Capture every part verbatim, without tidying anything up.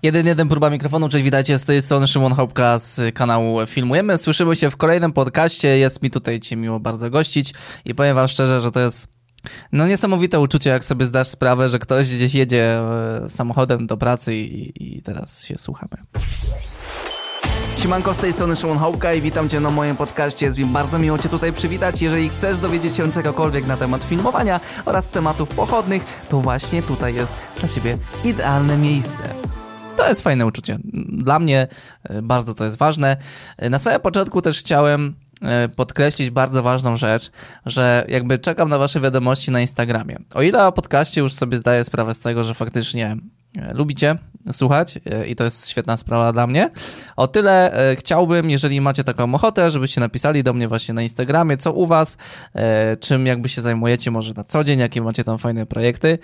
jeden jeden próba mikrofonu, cześć, witajcie, z tej strony Szymon Chałupka z kanału Filmujemy. Słyszymy się w kolejnym podcaście, jest mi tutaj cię miło bardzo gościć i powiem wam szczerze, że to jest no niesamowite uczucie, jak sobie zdasz sprawę, że ktoś gdzieś jedzie samochodem do pracy i, i teraz się słuchamy. Siemanko, z tej strony Szymon Chałupka i witam cię na moim podcaście. Jest mi bardzo miło cię tutaj przywitać. Jeżeli chcesz dowiedzieć się czegokolwiek na temat filmowania oraz tematów pochodnych, to właśnie tutaj jest dla ciebie idealne miejsce. To jest fajne uczucie. Dla mnie bardzo to jest ważne. Na samym początku też chciałem podkreślić bardzo ważną rzecz, że jakby czekam na wasze wiadomości na Instagramie. O ile o podcaście już sobie zdaję sprawę z tego, że faktycznie lubicie słuchać i to jest świetna sprawa dla mnie, o tyle chciałbym, jeżeli macie taką ochotę, żebyście napisali do mnie właśnie na Instagramie, co u was, czym jakby się zajmujecie może na co dzień, jakie macie tam fajne projekty.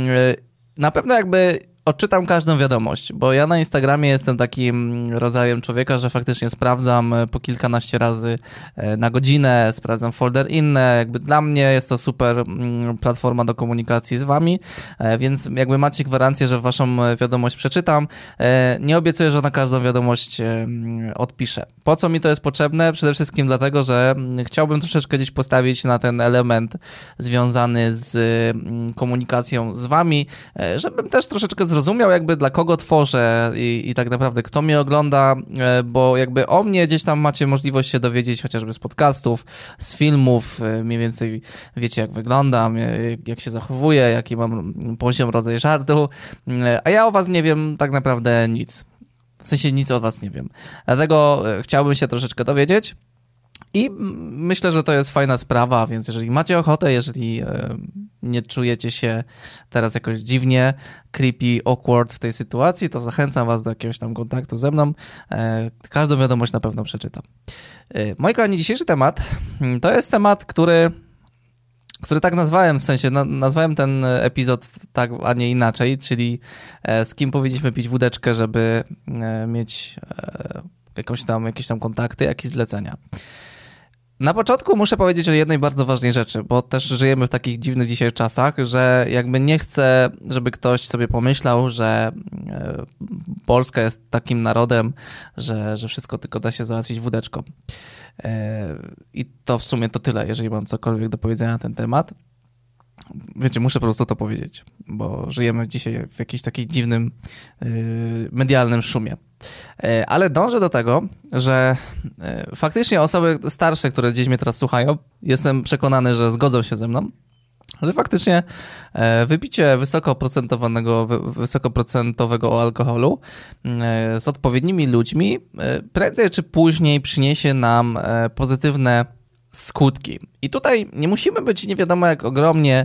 Na pewno jakby odczytam każdą wiadomość, bo ja na Instagramie jestem takim rodzajem człowieka, że faktycznie sprawdzam po kilkanaście razy na godzinę, sprawdzam folder inne, jakby dla mnie jest to super platforma do komunikacji z wami, więc jakby macie gwarancję, że waszą wiadomość przeczytam. Nie obiecuję, że na każdą wiadomość odpiszę. Po co mi to jest potrzebne? Przede wszystkim dlatego, że chciałbym troszeczkę gdzieś postawić na ten element związany z komunikacją z wami, żebym też troszeczkę zrozumiał jakby dla kogo tworzę i, i tak naprawdę kto mnie ogląda, bo jakby o mnie gdzieś tam macie możliwość się dowiedzieć chociażby z podcastów, z filmów, mniej więcej wiecie jak wyglądam, jak się zachowuję, jaki mam poziom, rodzaj żartu, a ja o was nie wiem tak naprawdę nic. W sensie nic o was nie wiem. Dlatego chciałbym się troszeczkę dowiedzieć. I myślę, że to jest fajna sprawa, więc jeżeli macie ochotę, jeżeli e, nie czujecie się teraz jakoś dziwnie, creepy, awkward w tej sytuacji, to zachęcam was do jakiegoś tam kontaktu ze mną. E, każdą wiadomość na pewno przeczytam. E, moi kochani, dzisiejszy temat to jest temat, który, który tak nazwałem, w sensie na, nazwałem ten epizod tak, a nie inaczej, czyli e, z kim powinniśmy pić wódeczkę, żeby e, mieć e, jakąś tam, jakieś tam kontakty, jakieś zlecenia. Na początku muszę powiedzieć o jednej bardzo ważnej rzeczy, bo też żyjemy w takich dziwnych dzisiaj czasach, że jakby nie chcę, żeby ktoś sobie pomyślał, że Polska jest takim narodem, że, że wszystko tylko da się załatwić wódeczką. I to w sumie to tyle, jeżeli mam cokolwiek do powiedzenia na ten temat. Wiecie, muszę po prostu to powiedzieć, bo żyjemy dzisiaj w jakimś takim dziwnym yy, medialnym szumie. Yy, ale dążę do tego, że yy, faktycznie osoby starsze, które gdzieś mnie teraz słuchają, jestem przekonany, że zgodzą się ze mną, że faktycznie yy, wypicie wysokoprocentowanego, wy, wysokoprocentowego alkoholu yy, z odpowiednimi ludźmi yy, prędzej czy później przyniesie nam yy, pozytywne skutki. I tutaj nie musimy być nie wiadomo jak ogromnie,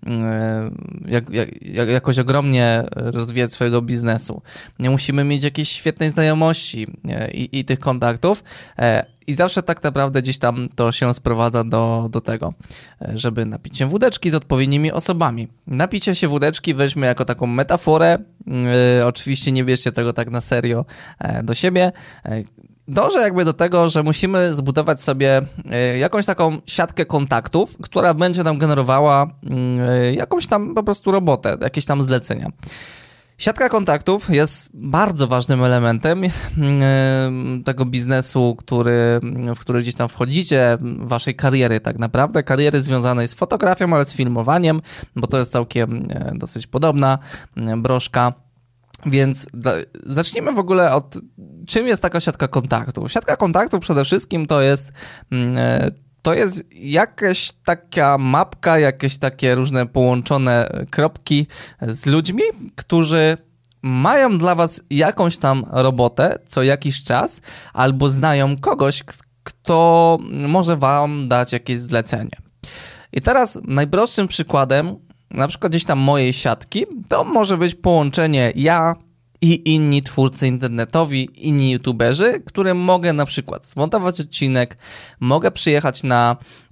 jak, jak, jak, jakoś ogromnie rozwijać swojego biznesu. Nie musimy mieć jakiejś świetnej znajomości i, i tych kontaktów. I zawsze tak naprawdę gdzieś tam to się sprowadza do, do tego, żeby napić się wódeczki z odpowiednimi osobami. Napicie się wódeczki weźmy jako taką metaforę. Oczywiście nie bierzcie tego tak na serio do siebie. Dążę jakby do tego, że musimy zbudować sobie jakąś taką siatkę kontaktów, która będzie nam generowała jakąś tam po prostu robotę, jakieś tam zlecenia. Siatka kontaktów jest bardzo ważnym elementem tego biznesu, który, w który gdzieś tam wchodzicie, waszej kariery tak naprawdę, kariery związanej z fotografią, ale z filmowaniem, bo to jest całkiem dosyć podobna broszka. Więc zacznijmy w ogóle od czym jest taka siatka kontaktów. Siatka kontaktów przede wszystkim to jest to jest jakaś taka mapka, jakieś takie różne połączone kropki z ludźmi, którzy mają dla was jakąś tam robotę co jakiś czas albo znają kogoś, kto może wam dać jakieś zlecenie. I teraz najprostszym przykładem na przykład gdzieś tam mojej siatki, to może być połączenie ja i inni twórcy internetowi, inni youtuberzy, którym mogę na przykład zmontować odcinek, mogę przyjechać na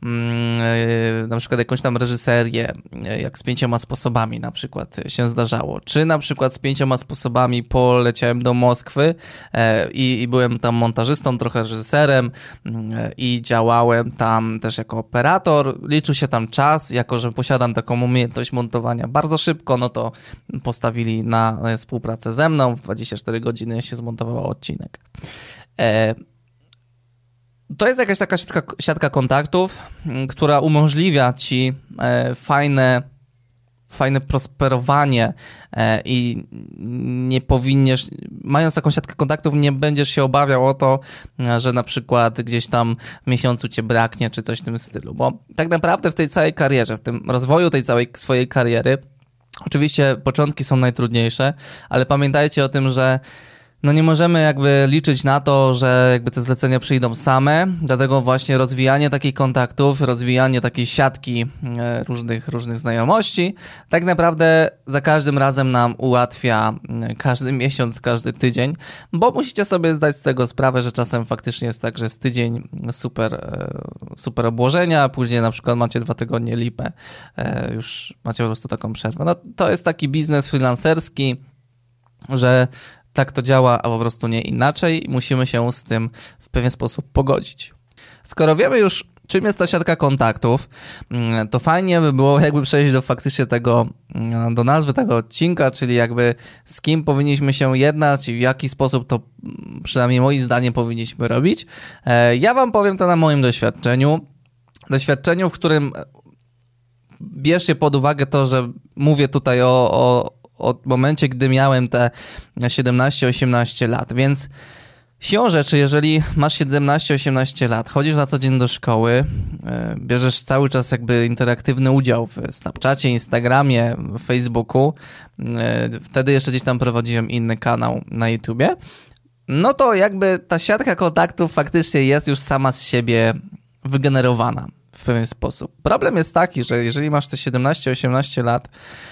mm, na przykład jakąś tam reżyserię, jak z pięcioma sposobami na przykład się zdarzało, czy na przykład z pięcioma sposobami poleciałem do Moskwy e, i, i byłem tam montażystą, trochę reżyserem e, i działałem tam też jako operator, liczył się tam czas, jako że posiadam taką umiejętność montowania bardzo szybko, no to postawili na współpracę ze mną. mną w dwadzieścia cztery godziny się zmontowało odcinek. E, to jest jakaś taka siatka, siatka kontaktów, która umożliwia ci e, fajne fajne prosperowanie e, i nie powinniesz, mając taką siatkę kontaktów, nie będziesz się obawiał o to, że na przykład gdzieś tam w miesiącu cię braknie, czy coś w tym stylu, bo tak naprawdę w tej całej karierze, w tym rozwoju tej całej swojej kariery, oczywiście początki są najtrudniejsze, ale pamiętajcie o tym, że no nie możemy jakby liczyć na to, że jakby te zlecenia przyjdą same, dlatego właśnie rozwijanie takich kontaktów, rozwijanie takiej siatki różnych, różnych znajomości tak naprawdę za każdym razem nam ułatwia każdy miesiąc, każdy tydzień, bo musicie sobie zdać z tego sprawę, że czasem faktycznie jest tak, że jest tydzień super, super obłożenia, a później na przykład macie dwa tygodnie lipę, już macie po prostu taką przerwę. No to jest taki biznes freelancerski, że tak to działa, a po prostu nie inaczej i musimy się z tym w pewien sposób pogodzić. Skoro wiemy już, czym jest ta siatka kontaktów, to fajnie by było jakby przejść do faktycznie tego, do nazwy tego odcinka, czyli jakby z kim powinniśmy się jednać i w jaki sposób to, przynajmniej moim zdaniem, powinniśmy robić. Ja wam powiem to na moim doświadczeniu. Doświadczeniu, w którym bierzcie pod uwagę to, że mówię tutaj o, o od momencie, gdy miałem te siedemnaście osiemnaście lat, więc siłą rzeczy, jeżeli masz siedemnaście osiemnaście lat, chodzisz na co dzień do szkoły, bierzesz cały czas jakby interaktywny udział w Snapchacie, Instagramie, Facebooku, wtedy jeszcze gdzieś tam prowadziłem inny kanał na YouTubie, no to jakby ta siatka kontaktów faktycznie jest już sama z siebie wygenerowana w pewien sposób. Problem jest taki, że jeżeli masz te siedemnaście osiemnaście lat,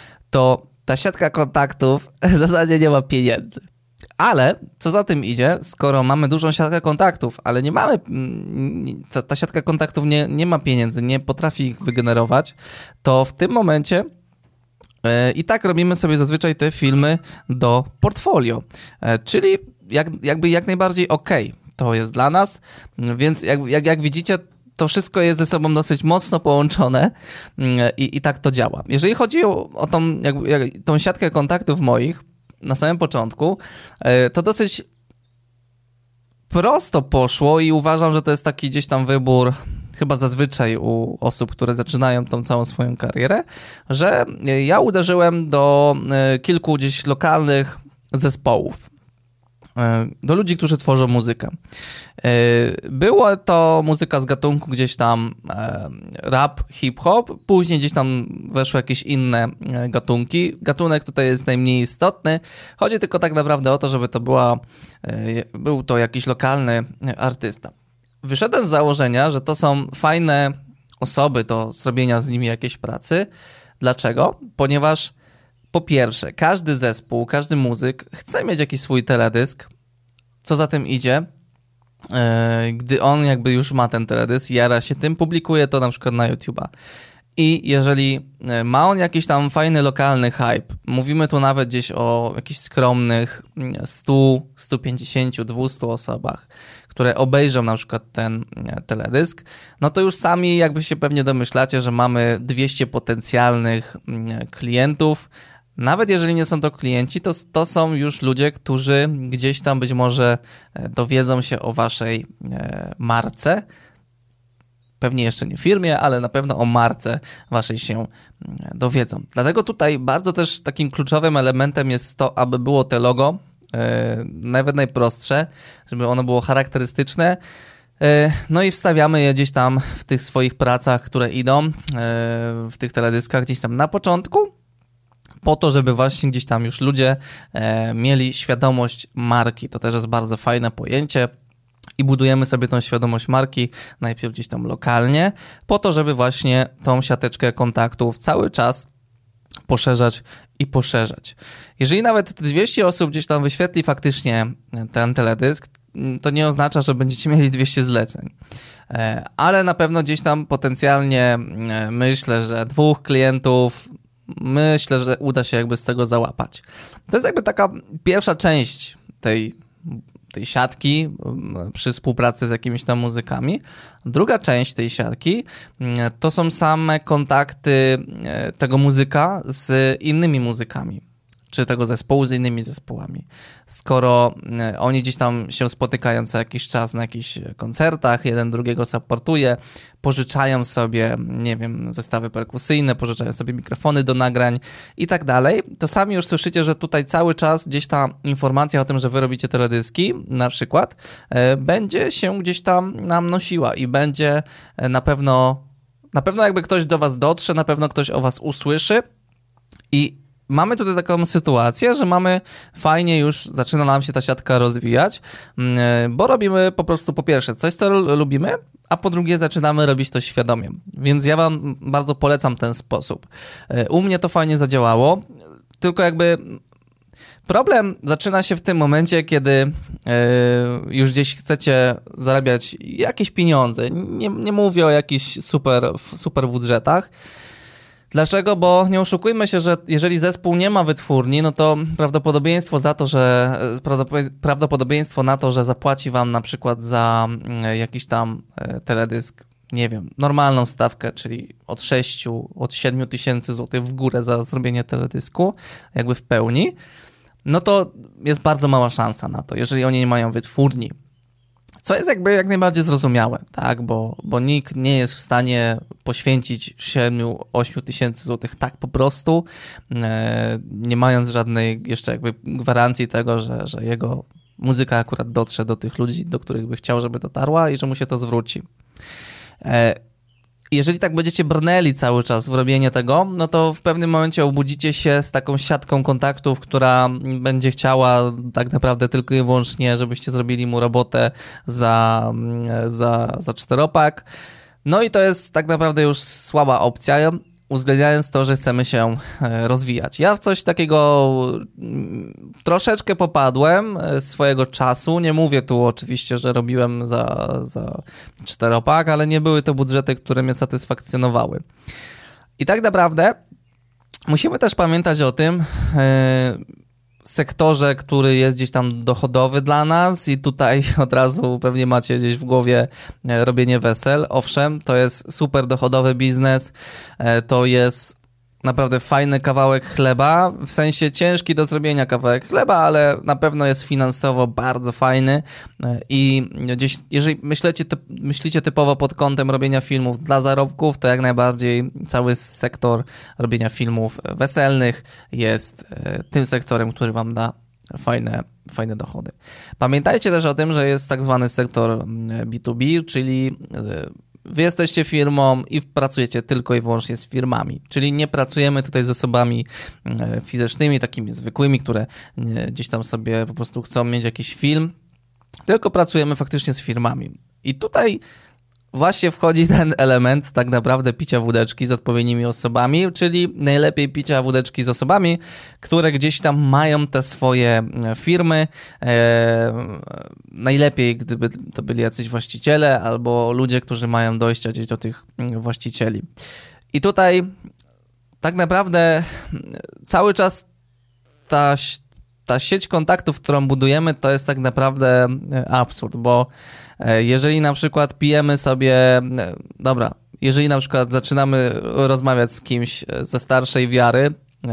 to ta siatka kontaktów w zasadzie nie ma pieniędzy. Ale co za tym idzie, skoro mamy dużą siatkę kontaktów, ale nie mamy, ta, ta siatka kontaktów nie, nie ma pieniędzy, nie potrafi ich wygenerować, to w tym momencie yy, i tak robimy sobie zazwyczaj te filmy do portfolio. Yy, czyli jak, jakby jak najbardziej okej, okay, to jest dla nas, więc jak, jak, jak widzicie, to wszystko jest ze sobą dosyć mocno połączone i, i tak to działa. Jeżeli chodzi o, o tą, jak, jak, tą siatkę kontaktów moich na samym początku, to dosyć prosto poszło i uważam, że to jest taki gdzieś tam wybór chyba zazwyczaj u osób, które zaczynają tą całą swoją karierę, że ja uderzyłem do kilku gdzieś lokalnych zespołów. Do ludzi, którzy tworzą muzykę. Była to muzyka z gatunku gdzieś tam rap, hip-hop, później gdzieś tam weszły jakieś inne gatunki. Gatunek tutaj jest najmniej istotny. Chodzi tylko tak naprawdę o to, żeby to była, był to jakiś lokalny artysta. Wyszedłem z założenia, że to są fajne osoby do zrobienia z nimi jakiejś pracy. Dlaczego? Ponieważ po pierwsze, każdy zespół, każdy muzyk chce mieć jakiś swój teledysk. Co za tym idzie, yy, gdy on jakby już ma ten teledysk, jara się tym, publikuje to na przykład na YouTube'a. I jeżeli ma on jakiś tam fajny lokalny hype, mówimy tu nawet gdzieś o jakichś skromnych stu, stu pięćdziesięciu, dwustu osobach, które obejrzą na przykład ten teledysk, no to już sami jakby się pewnie domyślacie, że mamy dwieście potencjalnych klientów. Nawet jeżeli nie są to klienci, to, to są już ludzie, którzy gdzieś tam być może dowiedzą się o waszej marce. Pewnie jeszcze nie firmie, ale na pewno o marce waszej się dowiedzą. Dlatego tutaj bardzo też takim kluczowym elementem jest to, aby było te logo, nawet najprostsze, żeby ono było charakterystyczne. No i wstawiamy je gdzieś tam w tych swoich pracach, które idą, w tych teledyskach gdzieś tam na początku, po to, żeby właśnie gdzieś tam już ludzie e, mieli świadomość marki. To też jest bardzo fajne pojęcie i budujemy sobie tą świadomość marki najpierw gdzieś tam lokalnie, po to, żeby właśnie tą siateczkę kontaktów cały czas poszerzać i poszerzać. Jeżeli nawet te dwieście osób gdzieś tam wyświetli faktycznie ten teledysk, to nie oznacza, że będziecie mieli dwieście zleceń. E, ale na pewno gdzieś tam potencjalnie e, myślę, że dwóch klientów myślę, że uda się jakby z tego załapać. To jest jakby taka pierwsza część tej, tej siatki przy współpracy z jakimiś tam muzykami. Druga część tej siatki to są same kontakty tego muzyka z innymi muzykami. czy tego zespołu z innymi zespołami. Skoro oni gdzieś tam się spotykają co jakiś czas na jakichś koncertach, jeden drugiego supportuje, pożyczają sobie, nie wiem, zestawy perkusyjne, pożyczają sobie mikrofony do nagrań i tak dalej, to sami już słyszycie, że tutaj cały czas gdzieś ta informacja o tym, że wy robicie teledyski na przykład, będzie się gdzieś tam nam nosiła i będzie na pewno, na pewno jakby ktoś do was dotrze, na pewno ktoś o was usłyszy i mamy tutaj taką sytuację, że mamy fajnie już, zaczyna nam się ta siatka rozwijać, bo robimy po prostu po pierwsze coś, co lubimy, a po drugie zaczynamy robić to świadomie. Więc ja wam bardzo polecam ten sposób. U mnie to fajnie zadziałało, tylko jakby problem zaczyna się w tym momencie, kiedy już gdzieś chcecie zarabiać jakieś pieniądze. Nie, nie mówię o jakichś super, super budżetach. Dlaczego? Bo nie oszukujmy się, że jeżeli zespół nie ma wytwórni, no to prawdopodobieństwo za to, że prawdopodobieństwo na to, że zapłaci wam na przykład za jakiś tam teledysk, nie wiem, normalną stawkę, czyli od sześciu, od siedmiu tysięcy złotych w górę za zrobienie teledysku, jakby w pełni, no to jest bardzo mała szansa na to, jeżeli oni nie mają wytwórni. Co jest jakby jak najbardziej zrozumiałe, tak, bo, bo nikt nie jest w stanie poświęcić siedmiu ośmiu tysięcy złotych tak po prostu, e, nie mając żadnej jeszcze jakby gwarancji tego, że, że jego muzyka akurat dotrze do tych ludzi, do których by chciał, żeby dotarła i że mu się to zwróci. E, Jeżeli tak będziecie brnęli cały czas w robienie tego, no to w pewnym momencie obudzicie się z taką siatką kontaktów, która będzie chciała tak naprawdę tylko i wyłącznie, żebyście zrobili mu robotę za, za, za czteropak. No i to jest tak naprawdę już słaba opcja, uwzględniając to, że chcemy się rozwijać. Ja w coś takiego troszeczkę popadłem swojego czasu. Nie mówię tu oczywiście, że robiłem za, za czteropak, ale nie były to budżety, które mnie satysfakcjonowały. I tak naprawdę musimy też pamiętać o tym sektorze, który jest gdzieś tam dochodowy dla nas i tutaj od razu pewnie macie gdzieś w głowie robienie wesel. Owszem, to jest super dochodowy biznes, to jest naprawdę fajny kawałek chleba, w sensie ciężki do zrobienia kawałek chleba, ale na pewno jest finansowo bardzo fajny i gdzieś, jeżeli myślicie, typ, myślicie typowo pod kątem robienia filmów dla zarobków, to jak najbardziej cały sektor robienia filmów weselnych jest tym sektorem, który wam da fajne, fajne dochody. Pamiętajcie też o tym, że jest tak zwany sektor B dwa B, czyli wy jesteście firmą i pracujecie tylko i wyłącznie z firmami, czyli nie pracujemy tutaj z osobami fizycznymi, takimi zwykłymi, które gdzieś tam sobie po prostu chcą mieć jakiś film, tylko pracujemy faktycznie z firmami. I tutaj właśnie wchodzi ten element tak naprawdę picia wódeczki z odpowiednimi osobami, czyli najlepiej picia wódeczki z osobami, które gdzieś tam mają te swoje firmy. E, najlepiej, gdyby to byli jacyś właściciele albo ludzie, którzy mają dojścia gdzieś do tych właścicieli. I tutaj tak naprawdę cały czas ta ta sieć kontaktów, którą budujemy, to jest tak naprawdę absurd, bo jeżeli na przykład pijemy sobie, dobra, jeżeli na przykład zaczynamy rozmawiać z kimś ze starszej wiary,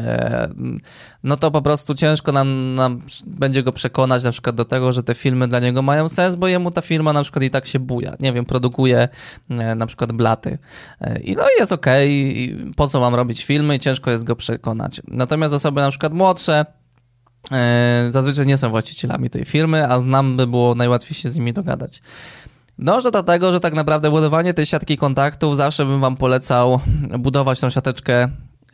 no to po prostu ciężko nam, nam będzie go przekonać na przykład do tego, że te filmy dla niego mają sens, bo jemu ta firma na przykład i tak się buja, nie wiem, produkuje na przykład blaty i no jest okej, okay, po co mam robić filmy i ciężko jest go przekonać. Natomiast osoby na przykład młodsze zazwyczaj nie są właścicielami tej firmy, a nam by było najłatwiej się z nimi dogadać. Dążę do tego, że tak naprawdę budowanie tej siatki kontaktów zawsze bym wam polecał budować tą siateczkę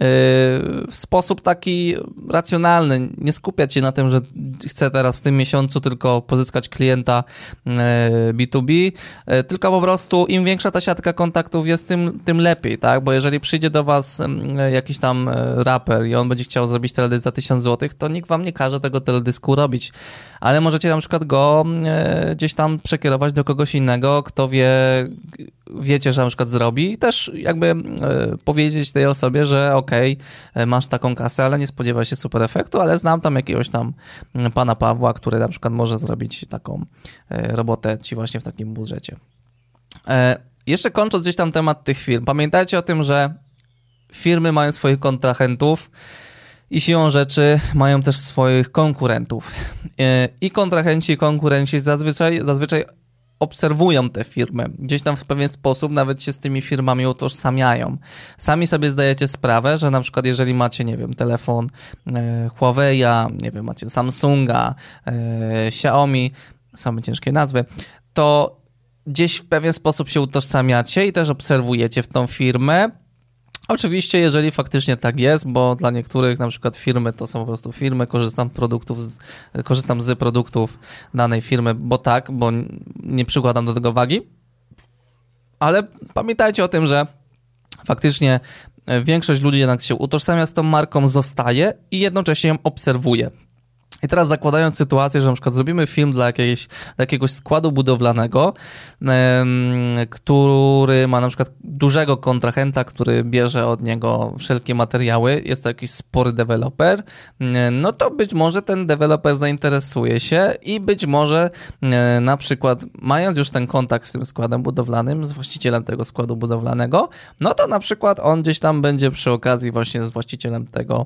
w sposób taki racjonalny, nie skupiać się na tym, że chcę teraz w tym miesiącu tylko pozyskać klienta B dwa B, tylko po prostu im większa ta siatka kontaktów jest, tym, tym lepiej, tak? Bo jeżeli przyjdzie do was jakiś tam raper i on będzie chciał zrobić teledysk za tysiąc złotych, to nikt wam nie każe tego teledysku robić, ale możecie na przykład go gdzieś tam przekierować do kogoś innego, kto wie, wiecie, że na przykład zrobi i też jakby powiedzieć tej osobie, że okej, okay, masz taką kasę, ale nie spodziewaj się super efektu, ale znam tam jakiegoś tam pana Pawła, który na przykład może zrobić taką robotę ci właśnie w takim budżecie. Jeszcze kończąc gdzieś tam temat tych firm, pamiętajcie o tym, że firmy mają swoich kontrahentów I siłą rzeczy mają też swoich konkurentów. I kontrahenci, i konkurenci zazwyczaj, zazwyczaj obserwują te firmy. Gdzieś tam w pewien sposób nawet się z tymi firmami utożsamiają. Sami sobie zdajecie sprawę, że na przykład jeżeli macie, nie wiem, telefon e, Huawei'a, nie wiem, macie Samsunga, e, Xiaomi, same ciężkie nazwy, to gdzieś w pewien sposób się utożsamiacie i też obserwujecie w tą firmę. Oczywiście, jeżeli faktycznie tak jest, bo dla niektórych na przykład firmy to są po prostu firmy, korzystam, produktów z, korzystam z produktów danej firmy, bo tak, bo nie przykładam do tego wagi, ale pamiętajcie o tym, że faktycznie większość ludzi jednak się utożsamia z tą marką, zostaje i jednocześnie ją obserwuje. I teraz zakładając sytuację, że na przykład zrobimy film dla, jakiejś, dla jakiegoś składu budowlanego, um, który ma na przykład dużego kontrahenta, który bierze od niego wszelkie materiały, jest to jakiś spory deweloper, no to być może ten deweloper zainteresuje się i być może e, na przykład mając już ten kontakt z tym składem budowlanym, z właścicielem tego składu budowlanego, no to na przykład on gdzieś tam będzie przy okazji właśnie z właścicielem tego,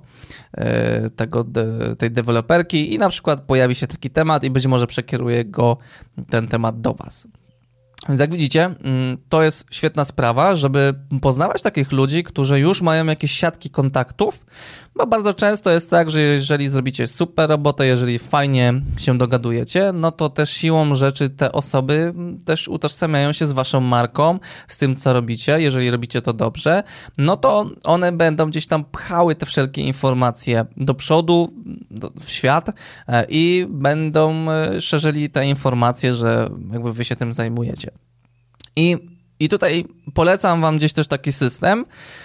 e, tego de, tej deweloperki i na przykład pojawi się taki temat i być może przekieruje go ten temat do was. Więc jak widzicie, to jest świetna sprawa, żeby poznawać takich ludzi, którzy już mają jakieś siatki kontaktów, bo bardzo często jest tak, że jeżeli zrobicie super robotę, jeżeli fajnie się dogadujecie, no to też siłą rzeczy te osoby też utożsamiają się z waszą marką, z tym, co robicie. Jeżeli robicie to dobrze, no to one będą gdzieś tam pchały te wszelkie informacje do przodu, do, w świat i będą szerzyli te informacje, że jakby wy się tym zajmujecie. I, i tutaj polecam wam gdzieś też taki system,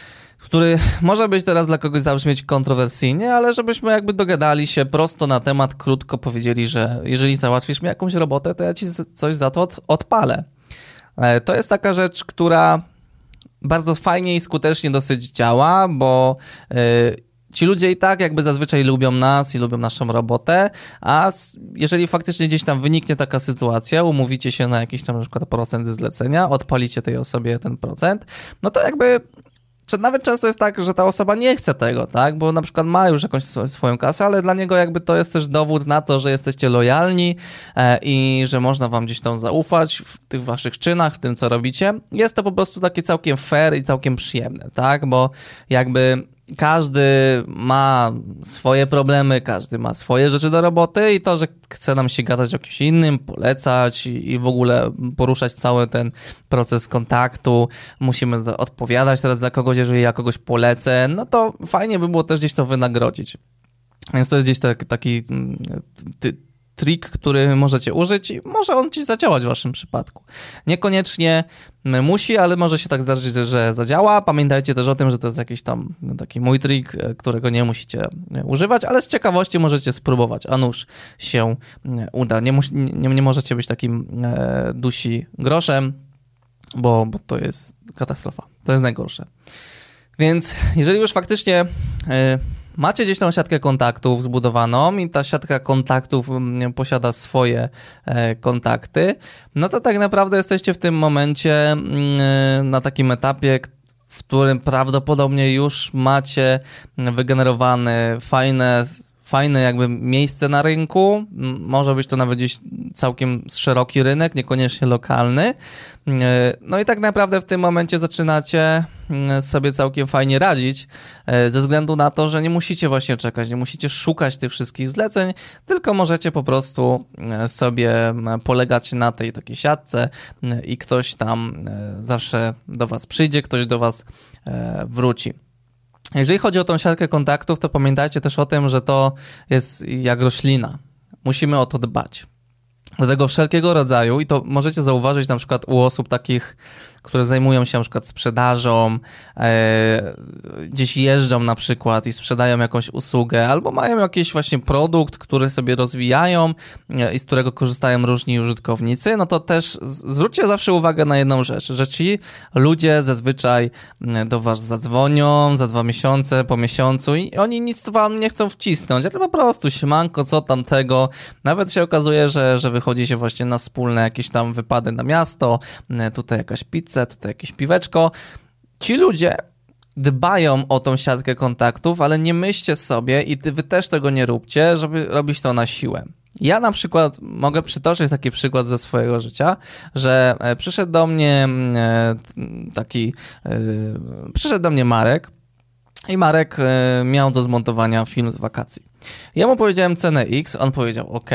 który może być teraz dla kogoś zabrzmieć kontrowersyjnie, ale żebyśmy jakby dogadali się prosto na temat, krótko powiedzieli, że jeżeli załatwisz mi jakąś robotę, to ja ci coś za to od, odpalę. To jest taka rzecz, która bardzo fajnie i skutecznie dosyć działa, bo yy, ci ludzie i tak jakby zazwyczaj lubią nas i lubią naszą robotę, a jeżeli faktycznie gdzieś tam wyniknie taka sytuacja, umówicie się na jakiś tam na przykład procent zlecenia, odpalicie tej osobie ten procent, no to jakby nawet często jest tak, że ta osoba nie chce tego, tak, bo na przykład ma już jakąś swoją kasę, ale dla niego jakby to jest też dowód na to, że jesteście lojalni e, i że można wam gdzieś tam zaufać w tych waszych czynach, w tym, co robicie. Jest to po prostu takie całkiem fair i całkiem przyjemne, tak, bo jakby każdy ma swoje problemy, każdy ma swoje rzeczy do roboty i to, że chce nam się gadać o kimś innym, polecać i w ogóle poruszać cały ten proces kontaktu, musimy odpowiadać teraz za kogoś, jeżeli ja kogoś polecę, no to fajnie by było też gdzieś to wynagrodzić. Więc to jest gdzieś tak, taki ty, trik, który możecie użyć i może on ci zadziałać w waszym przypadku. Niekoniecznie musi, ale może się tak zdarzyć, że zadziała. Pamiętajcie też o tym, że to jest jakiś tam no, taki mój trik, którego nie musicie używać, ale z ciekawości możecie spróbować, a nuż się uda. Nie, mus, nie, nie możecie być takim e, dusi groszem, bo, bo to jest katastrofa. To jest najgorsze. Więc jeżeli już faktycznie e, macie gdzieś tą siatkę kontaktów zbudowaną i ta siatka kontaktów posiada swoje e, kontakty, no to tak naprawdę jesteście w tym momencie e, na takim etapie, w którym prawdopodobnie już macie wygenerowane fajne fajne jakby miejsce na rynku, może być to nawet gdzieś całkiem szeroki rynek, niekoniecznie lokalny. No i tak naprawdę w tym momencie zaczynacie sobie całkiem fajnie radzić, ze względu na to, że nie musicie właśnie czekać, nie musicie szukać tych wszystkich zleceń, tylko możecie po prostu sobie polegać na tej takiej siatce i ktoś tam zawsze do was przyjdzie, ktoś do was wróci. Jeżeli chodzi o tą siatkę kontaktów, to pamiętajcie też o tym, że to jest jak roślina. Musimy o to dbać. Dlatego wszelkiego rodzaju, i to możecie zauważyć na przykład u osób takich, które zajmują się na przykład sprzedażą, e, gdzieś jeżdżą na przykład i sprzedają jakąś usługę, albo mają jakiś właśnie produkt, który sobie rozwijają e, i z którego korzystają różni użytkownicy, no to też zwróćcie zawsze uwagę na jedną rzecz, że ci ludzie zazwyczaj do was zadzwonią za dwa miesiące, po miesiącu i oni nic wam nie chcą wcisnąć, ale po prostu siemanko, co tamtego. Nawet się okazuje, że, że wychodzi się właśnie na wspólne jakieś tam wypady na miasto, tutaj jakaś pizza, tutaj jakieś piweczko. Ci ludzie dbają o tą siatkę kontaktów, ale nie myślcie sobie i ty, wy też tego nie róbcie, żeby robić to na siłę. Ja na przykład mogę przytoczyć taki przykład ze swojego życia, że przyszedł do mnie taki, przyszedł do mnie Marek i Marek miał do zmontowania film z wakacji. Ja mu powiedziałem cenę X, on powiedział OK.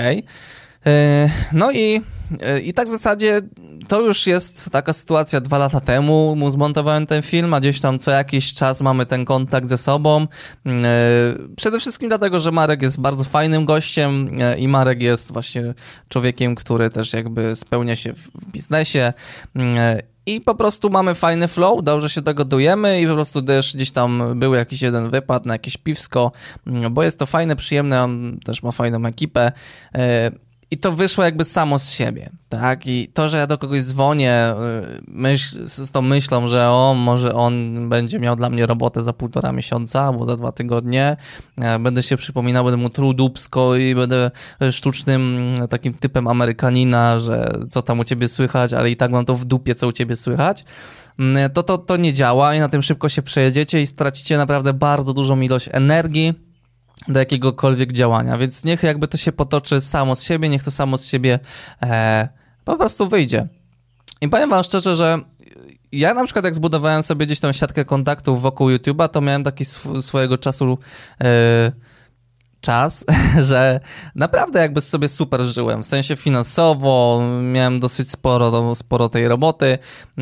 No i, i tak w zasadzie to już jest taka sytuacja dwa lata temu, mu zmontowałem ten film, a gdzieś tam co jakiś czas mamy ten kontakt ze sobą. Przede wszystkim dlatego, że Marek jest bardzo fajnym gościem i Marek jest właśnie człowiekiem, który też jakby spełnia się w biznesie. I po prostu mamy fajny flow, dobrze się dogadujemy i po prostu też gdzieś tam był jakiś jeden wypad na jakieś piwsko, bo jest to fajne, przyjemne, on też ma fajną ekipę. I to wyszło jakby samo z siebie, tak? I to, że ja do kogoś dzwonię myśl, z tą myślą, że o, może on będzie miał dla mnie robotę za półtora miesiąca albo za dwa tygodnie, będę się przypominał, będę mu truł dupsko i będę sztucznym takim typem Amerykanina, że co tam u ciebie słychać, ale i tak mam to w dupie, co u ciebie słychać, to to, to nie działa i na tym szybko się przejedziecie i stracicie naprawdę bardzo dużą ilość energii do jakiegokolwiek działania, więc niech jakby to się potoczy samo z siebie, niech to samo z siebie e, po prostu wyjdzie. I powiem wam szczerze, że ja na przykład jak zbudowałem sobie gdzieś tą siatkę kontaktów wokół YouTube'a, to miałem taki sw- swojego czasu e, czas, że naprawdę jakby sobie super żyłem, w sensie finansowo, miałem dosyć sporo, sporo tej roboty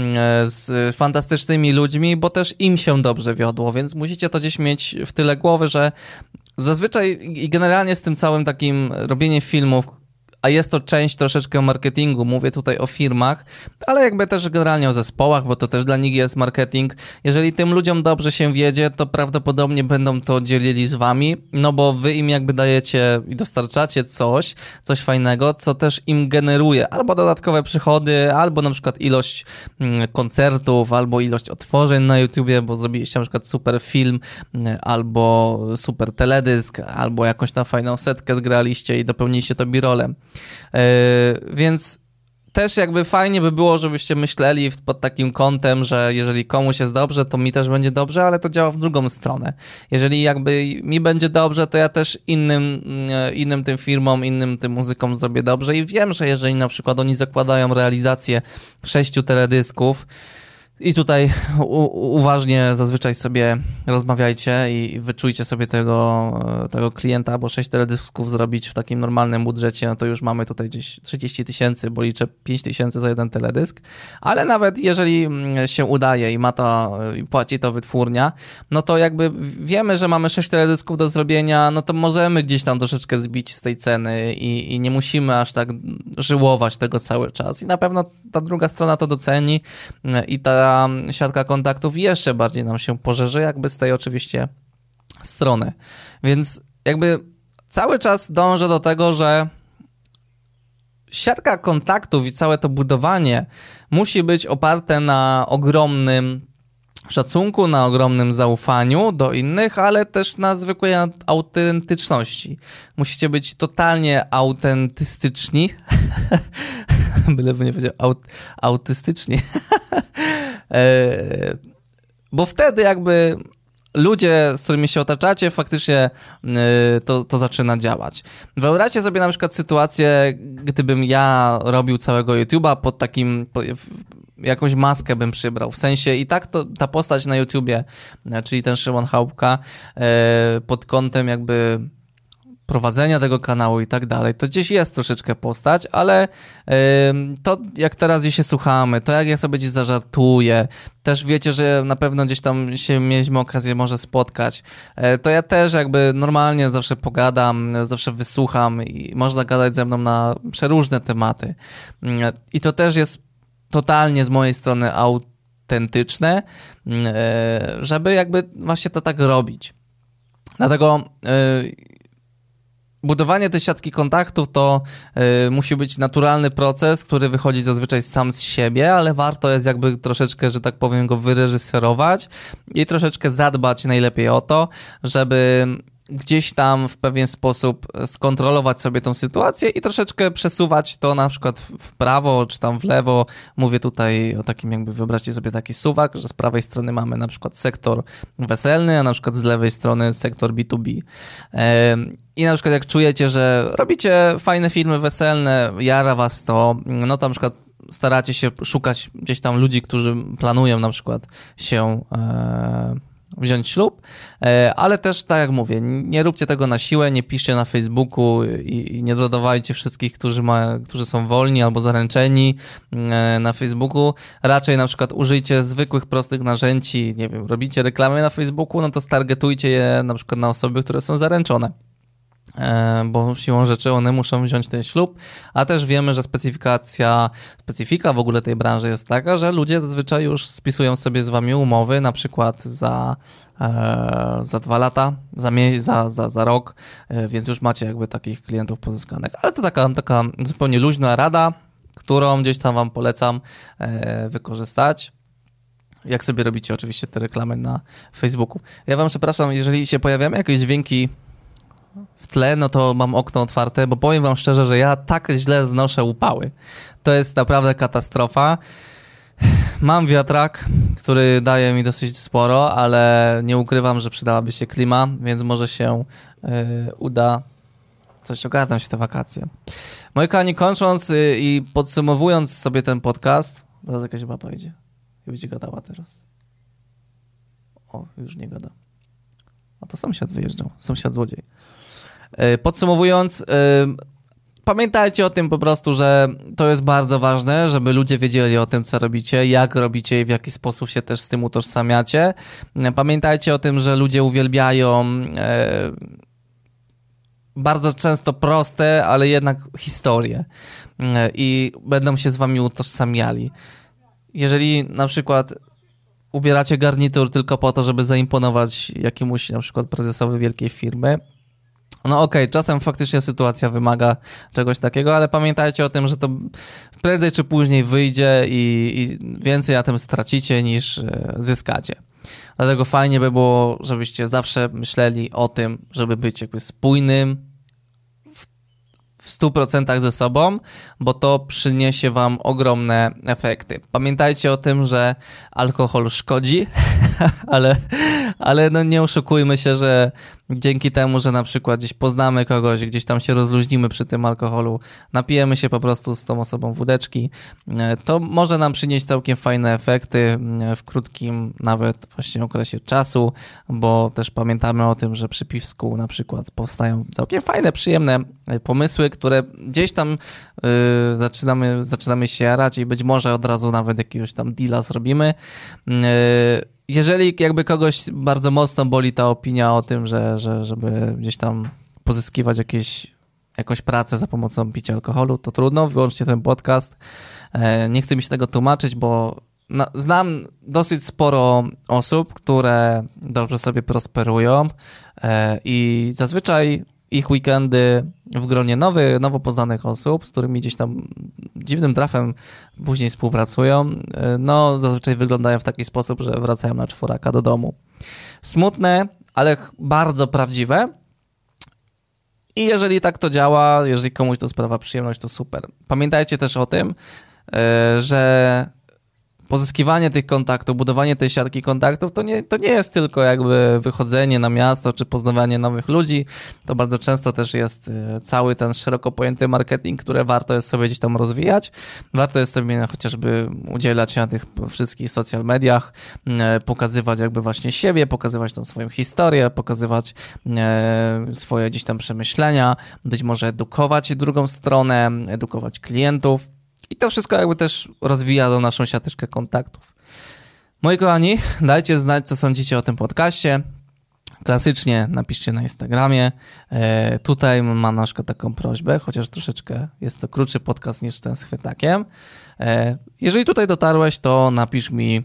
z fantastycznymi ludźmi, bo też im się dobrze wiodło, więc musicie to gdzieś mieć w tyle głowy, że zazwyczaj i generalnie z tym całym takim robieniem filmów, a jest to część troszeczkę marketingu, mówię tutaj o firmach, ale jakby też generalnie o zespołach, bo to też dla nich jest marketing. Jeżeli tym ludziom dobrze się wiedzie, to prawdopodobnie będą to dzielili z wami, no bo wy im jakby dajecie i dostarczacie coś, coś fajnego, co też im generuje albo dodatkowe przychody, albo na przykład ilość koncertów, albo ilość otworzeń na YouTubie, bo zrobiliście na przykład super film, albo super teledysk, albo jakąś tam fajną setkę zgraliście i dopełniliście to birolem. Yy, więc też jakby fajnie by było, żebyście myśleli pod takim kątem, że jeżeli komuś jest dobrze, to mi też będzie dobrze, ale to działa w drugą stronę. Jeżeli jakby mi będzie dobrze, to ja też innym, innym tym firmom, innym tym muzykom zrobię dobrze i wiem, że jeżeli na przykład oni zakładają realizację sześciu teledysków, i tutaj u, uważnie zazwyczaj sobie rozmawiajcie i wyczujcie sobie tego, tego klienta, bo sześć teledysków zrobić w takim normalnym budżecie, no to już mamy tutaj gdzieś trzydzieści tysięcy, bo liczę pięć tysięcy za jeden teledysk, ale nawet jeżeli się udaje i ma to, i płaci to wytwórnia, no to jakby wiemy, że mamy sześć teledysków do zrobienia, no to możemy gdzieś tam troszeczkę zbić z tej ceny i, i nie musimy aż tak żyłować tego cały czas i na pewno ta druga strona to doceni i ta siatka kontaktów jeszcze bardziej nam się poszerzy, jakby z tej oczywiście strony. Więc jakby cały czas dążę do tego, że siatka kontaktów i całe to budowanie musi być oparte na ogromnym szacunku, na ogromnym zaufaniu do innych, ale też na zwykłej autentyczności. Musicie być totalnie autentystyczni. Byleby nie powiedział aut, autystyczni. Bo wtedy jakby ludzie, z którymi się otaczacie, faktycznie to, to zaczyna działać. Wyobraźcie sobie na przykład sytuację, gdybym ja robił całego YouTube'a pod takim, jakąś maskę bym przybrał, w sensie i tak to, ta postać na YouTubie, czyli ten Szymon Chałupka, pod kątem jakby prowadzenia tego kanału i tak dalej, to gdzieś jest troszeczkę postać, ale yy, to jak teraz gdzieś się słuchamy, to jak ja sobie gdzieś zażartuję, też wiecie, że na pewno gdzieś tam się mieliśmy okazję może spotkać, yy, to ja też jakby normalnie zawsze pogadam, zawsze wysłucham i można gadać ze mną na przeróżne tematy. Yy, I to też jest totalnie z mojej strony autentyczne, yy, żeby jakby właśnie to tak robić. Dlatego yy, budowanie tej siatki kontaktów to y, musi być naturalny proces, który wychodzi zazwyczaj sam z siebie, ale warto jest jakby troszeczkę, że tak powiem, go wyreżyserować i troszeczkę zadbać najlepiej o to, żeby gdzieś tam w pewien sposób skontrolować sobie tą sytuację i troszeczkę przesuwać to na przykład w prawo czy tam w lewo. Mówię tutaj o takim jakby, wyobraźcie sobie taki suwak, że z prawej strony mamy na przykład sektor weselny, a na przykład z lewej strony sektor B dwa B. I na przykład jak czujecie, że robicie fajne filmy weselne, jara was to, no to na przykład staracie się szukać gdzieś tam ludzi, którzy planują na przykład się e, wziąć ślub, e, ale też tak jak mówię, nie róbcie tego na siłę, nie piszcie na Facebooku i, i nie dodawajcie wszystkich, którzy, ma, którzy są wolni albo zaręczeni e, na Facebooku. Raczej na przykład użyjcie zwykłych, prostych narzędzi, nie wiem, robicie reklamy na Facebooku, no to stargetujcie je na przykład na osoby, które są zaręczone. Bo siłą rzeczy one muszą wziąć ten ślub, a też wiemy, że specyfikacja, specyfika w ogóle tej branży jest taka, że ludzie zazwyczaj już spisują sobie z wami umowy, na przykład za, e, za dwa lata, za, mie- za, za, za rok, e, więc już macie jakby takich klientów pozyskanych. Ale to taka, taka zupełnie luźna rada, którą gdzieś tam wam polecam e, wykorzystać. Jak sobie robicie oczywiście te reklamy na Facebooku. Ja wam przepraszam, jeżeli się pojawiają jakieś dźwięki w tle, no to mam okno otwarte, bo powiem wam szczerze, że ja tak źle znoszę upały. To jest naprawdę katastrofa. Mam wiatrak, który daje mi dosyć sporo, ale nie ukrywam, że przydałaby się klima, więc może się yy, uda coś ogarnąć w te wakacje. Moi kochani, kończąc yy, i podsumowując sobie ten podcast, zaraz jakaś baba idzie i będzie gadała teraz. O, już nie gada. A to sąsiad wyjeżdżał, sąsiad złodziej. Podsumowując, pamiętajcie o tym po prostu, że to jest bardzo ważne, żeby ludzie wiedzieli o tym, co robicie, jak robicie i w jaki sposób się też z tym utożsamiacie. Pamiętajcie o tym, że ludzie uwielbiają bardzo często proste, ale jednak historie i będą się z wami utożsamiali. Jeżeli na przykład ubieracie garnitur tylko po to, żeby zaimponować jakiemuś na przykład prezesowi wielkiej firmy, no okej, okay, czasem faktycznie sytuacja wymaga czegoś takiego, ale pamiętajcie o tym, że to prędzej czy później wyjdzie i, i więcej na tym stracicie niż zyskacie. Dlatego fajnie by było, żebyście zawsze myśleli o tym, żeby być jakby spójnym w stu procentach ze sobą, bo to przyniesie wam ogromne efekty. Pamiętajcie o tym, że alkohol szkodzi, ale, ale no nie oszukujmy się, że dzięki temu, że na przykład gdzieś poznamy kogoś, gdzieś tam się rozluźnimy przy tym alkoholu, napijemy się po prostu z tą osobą wódeczki, to może nam przynieść całkiem fajne efekty w krótkim nawet właśnie okresie czasu, bo też pamiętamy o tym, że przy piwsku na przykład powstają całkiem fajne, przyjemne pomysły, które gdzieś tam yy, zaczynamy, zaczynamy się jarać i być może od razu nawet jakiegoś tam deala zrobimy. Yy, Jeżeli jakby kogoś bardzo mocno boli ta opinia o tym, że, że żeby gdzieś tam pozyskiwać jakieś, jakąś pracę za pomocą picia alkoholu, to trudno, wyłączcie ten podcast. Nie chcę mi się tego tłumaczyć, bo na, znam dosyć sporo osób, które dobrze sobie prosperują i zazwyczaj ich weekendy w gronie nowy, nowo poznanych osób, z którymi gdzieś tam dziwnym trafem później współpracują, no zazwyczaj wyglądają w taki sposób, że wracają na czworaka do domu. Smutne, ale bardzo prawdziwe. I jeżeli tak to działa, jeżeli komuś to sprawia przyjemność, to super. Pamiętajcie też o tym, że pozyskiwanie tych kontaktów, budowanie tej siatki kontaktów, to nie, to nie jest tylko jakby wychodzenie na miasto, czy poznawanie nowych ludzi, to bardzo często też jest cały ten szeroko pojęty marketing, który warto jest sobie gdzieś tam rozwijać, warto jest sobie chociażby udzielać się na tych wszystkich social mediach, pokazywać jakby właśnie siebie, pokazywać tą swoją historię, pokazywać swoje gdzieś tam przemyślenia, być może edukować drugą stronę, edukować klientów. I to wszystko jakby też rozwija tą naszą siateczkę kontaktów. Moi kochani, dajcie znać, co sądzicie o tym podcaście. Klasycznie napiszcie na Instagramie. E, tutaj mam na przykład taką prośbę, chociaż troszeczkę jest to krótszy podcast niż ten z chwytakiem. E, jeżeli tutaj dotarłeś, to napisz mi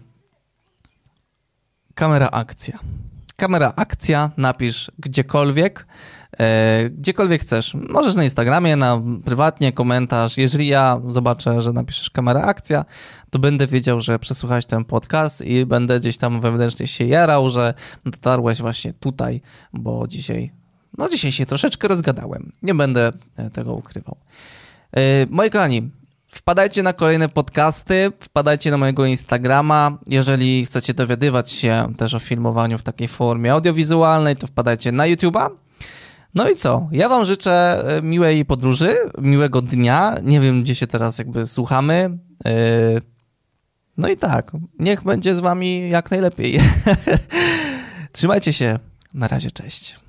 kamera akcja. Kamera akcja, napisz gdziekolwiek. E, gdziekolwiek chcesz. Możesz na Instagramie, na prywatnie, komentarz. Jeżeli ja zobaczę, że napiszesz kamera akcja, to będę wiedział, że przesłuchałeś ten podcast i będę gdzieś tam wewnętrznie się jarał, że dotarłeś właśnie tutaj, bo dzisiaj No dzisiaj się troszeczkę rozgadałem. Nie będę tego ukrywał. Yy, moi kochani, wpadajcie na kolejne podcasty, wpadajcie na mojego Instagrama. Jeżeli chcecie dowiadywać się też o filmowaniu w takiej formie audiowizualnej, to wpadajcie na YouTube'a. No i co? Ja wam życzę miłej podróży, miłego dnia. Nie wiem, gdzie się teraz jakby słuchamy. Yy, no i tak, niech będzie z wami jak najlepiej. Trzymajcie się. Na razie, cześć.